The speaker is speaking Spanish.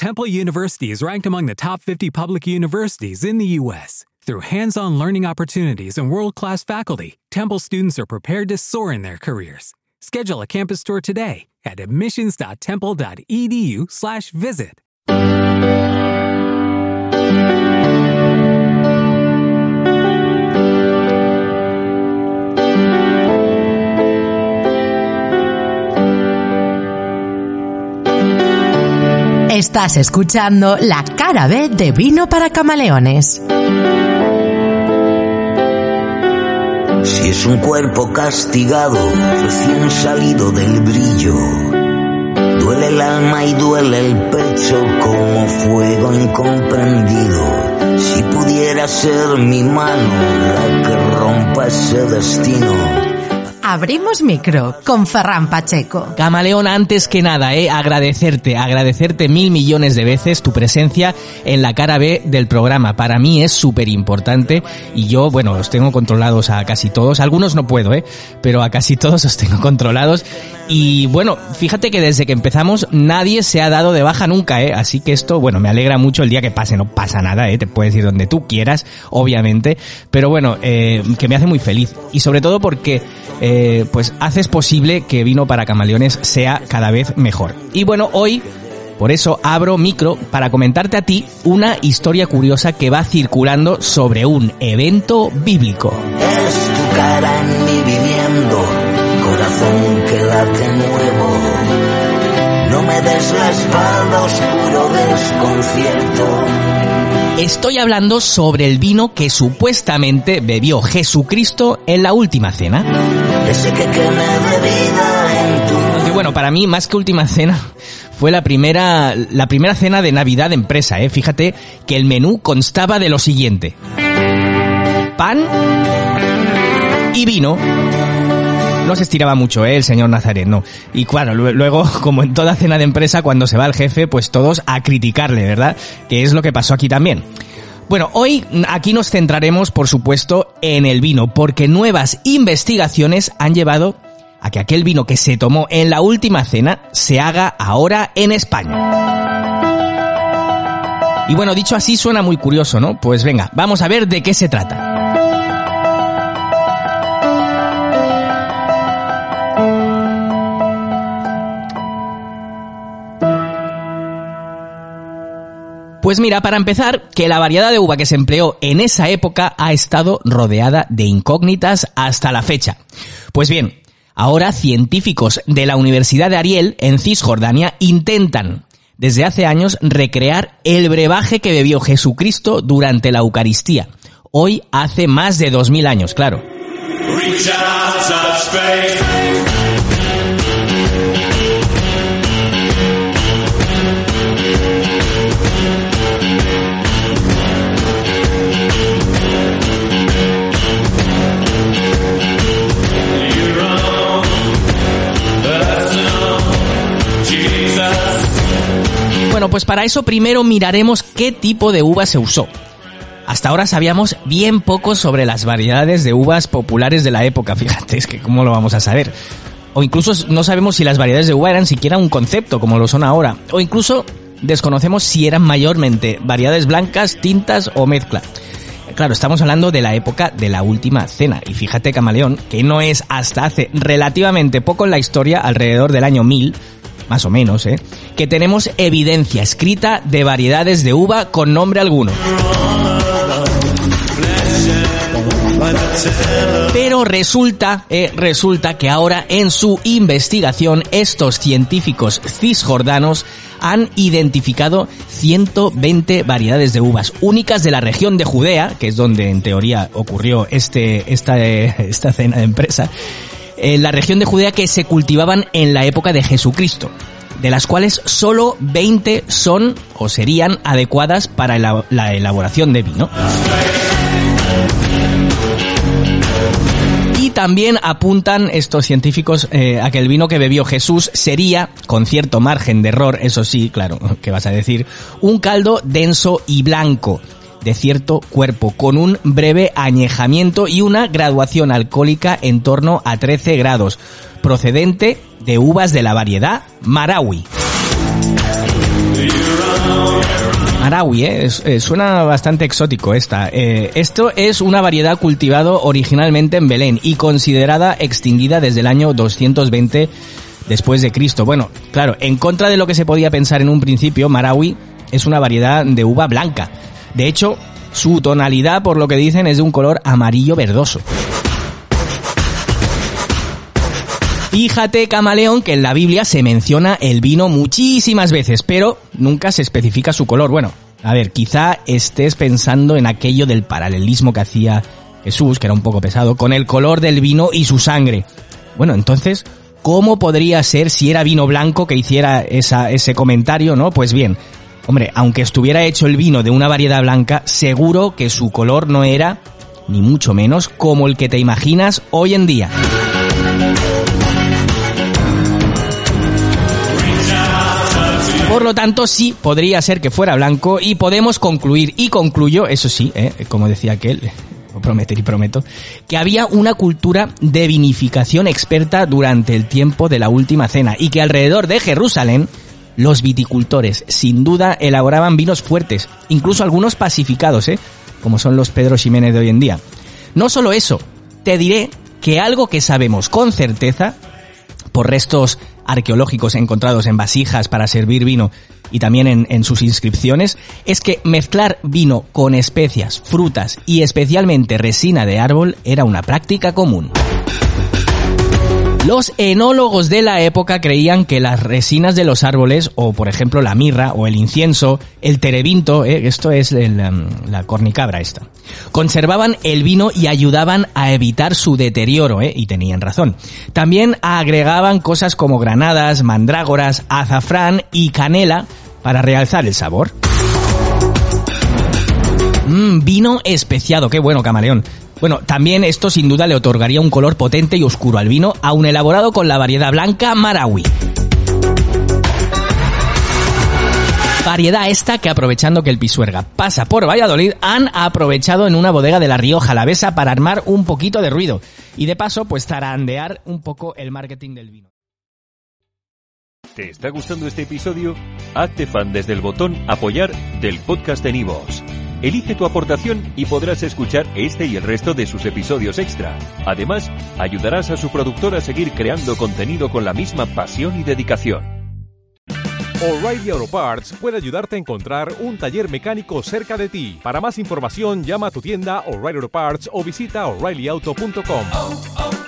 Temple University is ranked among the top 50 public universities in the U.S. Through hands-on learning opportunities and world-class faculty, Temple students are prepared to soar in their careers. Schedule a campus tour today at admissions.temple.edu/visit. Estás escuchando La Cara B de Vino para Camaleones. Si es un cuerpo castigado, recién salido del brillo, duele el alma y duele el pecho como fuego incomprendido. Si pudiera ser mi mano la que rompa ese destino. Abrimos micro con Ferran Pacheco. Camaleón, antes que nada, agradecerte 1.000 millones de veces tu presencia en la cara B del programa. Para mí es súper importante y yo, bueno, os tengo controlados a casi todos. Algunos no puedo, pero a casi todos os tengo controlados. Y bueno, fíjate que desde que empezamos nadie se ha dado de baja nunca, así que esto, bueno, me alegra mucho. El día que pase no pasa nada, te puedes ir donde tú quieras, obviamente, pero bueno, que me hace muy feliz y sobre todo porque pues haces posible que Vino para Camaleones sea cada vez mejor. Y bueno, hoy por eso abro micro para comentarte a ti una historia curiosa que va circulando sobre un evento bíblico. Es tu cara en mí viviendo, corazón que late nuevo. No me des la espalda, oscuro desconcierto. Estoy hablando sobre el vino que supuestamente bebió Jesucristo en la última cena. Ese que queme de vida en tu... Aunque bueno, para mí más que última cena fue la primera cena de Navidad de empresa, Fíjate que el menú constaba de lo siguiente: pan y vino. No se estiraba mucho, el señor Nazaret, no. Y claro, luego, como en toda cena de empresa, cuando se va el jefe, pues todos a criticarle, ¿verdad? Que es lo que pasó aquí también. Bueno, hoy aquí nos centraremos, por supuesto, en el vino, porque nuevas investigaciones han llevado a que aquel vino que se tomó en la última cena se haga ahora en España. Y bueno, dicho así suena muy curioso, ¿no? Pues venga, vamos a ver de qué se trata. Pues mira, para empezar, que la variedad de uva que se empleó en esa época ha estado rodeada de incógnitas hasta la fecha. Pues bien, ahora científicos de la Universidad de Ariel, en Cisjordania, intentan desde hace años recrear el brebaje que bebió Jesucristo durante la Eucaristía. Hoy hace más de 2000 años, claro. Bueno, pues para eso primero miraremos qué tipo de uva se usó. Hasta ahora sabíamos bien poco sobre las variedades de uvas populares de la época, fíjate, es que cómo lo vamos a saber. O incluso no sabemos si las variedades de uva eran siquiera un concepto, como lo son ahora. O incluso desconocemos si eran mayormente variedades blancas, tintas o mezcla. Claro, estamos hablando de la época de la última cena. Y fíjate, Camaleón, que no es hasta hace relativamente poco en la historia, alrededor del año 1000, más o menos, que tenemos evidencia escrita de variedades de uva con nombre alguno. Pero resulta que ahora en su investigación estos científicos cisjordanos han identificado 120 variedades de uvas únicas de la región de Judea, que es donde en teoría ocurrió esta cena de empresa, la región de Judea que se cultivaban en la época de Jesucristo, de las cuales solo 20 son o serían adecuadas para la elaboración de vino. Y también apuntan estos científicos a que el vino que bebió Jesús sería, con cierto margen de error, eso sí, claro, ¿qué vas a decir?, un caldo denso y blanco, de cierto cuerpo, con un breve añejamiento y una graduación alcohólica en torno a 13 grados, procedente de uvas de la variedad Marawi. Marawi, suena bastante exótico esta. Esto es una variedad cultivado originalmente en Belén y considerada extinguida desde el año 220 después de Cristo. Bueno, claro, en contra de lo que se podía pensar en un principio, Marawi es una variedad de uva blanca. De hecho, su tonalidad, por lo que dicen, es de un color amarillo verdoso. Fíjate, camaleón, que en la Biblia se menciona el vino muchísimas veces, pero nunca se especifica su color. Bueno, a ver, quizá estés pensando en aquello del paralelismo que hacía Jesús, que era un poco pesado, con el color del vino y su sangre. Bueno, entonces, ¿cómo podría ser si era vino blanco que hiciera ese comentario, no? Pues bien, hombre, aunque estuviera hecho el vino de una variedad blanca, seguro que su color no era, ni mucho menos, como el que te imaginas hoy en día. Por lo tanto, sí, podría ser que fuera blanco y podemos concluir, y concluyo, eso sí, como decía aquel, prometer y prometo, que había una cultura de vinificación experta durante el tiempo de la última cena y que alrededor de Jerusalén los viticultores, sin duda, elaboraban vinos fuertes, incluso algunos pacificados, como son los Pedro Ximénez de hoy en día. No solo eso, te diré que algo que sabemos con certeza, por restos arqueológicos encontrados en vasijas para servir vino y también en sus inscripciones, es que mezclar vino con especias, frutas y especialmente resina de árbol era una práctica común. Los enólogos de la época creían que las resinas de los árboles, o por ejemplo la mirra o el incienso, el terebinto, esto es la cornicabra esta, conservaban el vino y ayudaban a evitar su deterioro, y tenían razón. También agregaban cosas como granadas, mandrágoras, azafrán y canela para realzar el sabor. Vino especiado, qué bueno, camaleón. Bueno, también esto sin duda le otorgaría un color potente y oscuro al vino, aun elaborado con la variedad blanca Marawi. Variedad esta que, aprovechando que el Pisuerga pasa por Valladolid, han aprovechado en una bodega de la Rioja Alavesa para armar un poquito de ruido y de paso pues zarandear un poco el marketing del vino. ¿Te está gustando este episodio? Hazte fan desde el botón Apoyar del podcast de Nivos. Elige tu aportación y podrás escuchar este y el resto de sus episodios extra. Además, ayudarás a su productor a seguir creando contenido con la misma pasión y dedicación. O'Reilly Auto Parts puede ayudarte a encontrar un taller mecánico cerca de ti. Para más información, llama a tu tienda O'Reilly Auto Parts o visita O'ReillyAuto.com.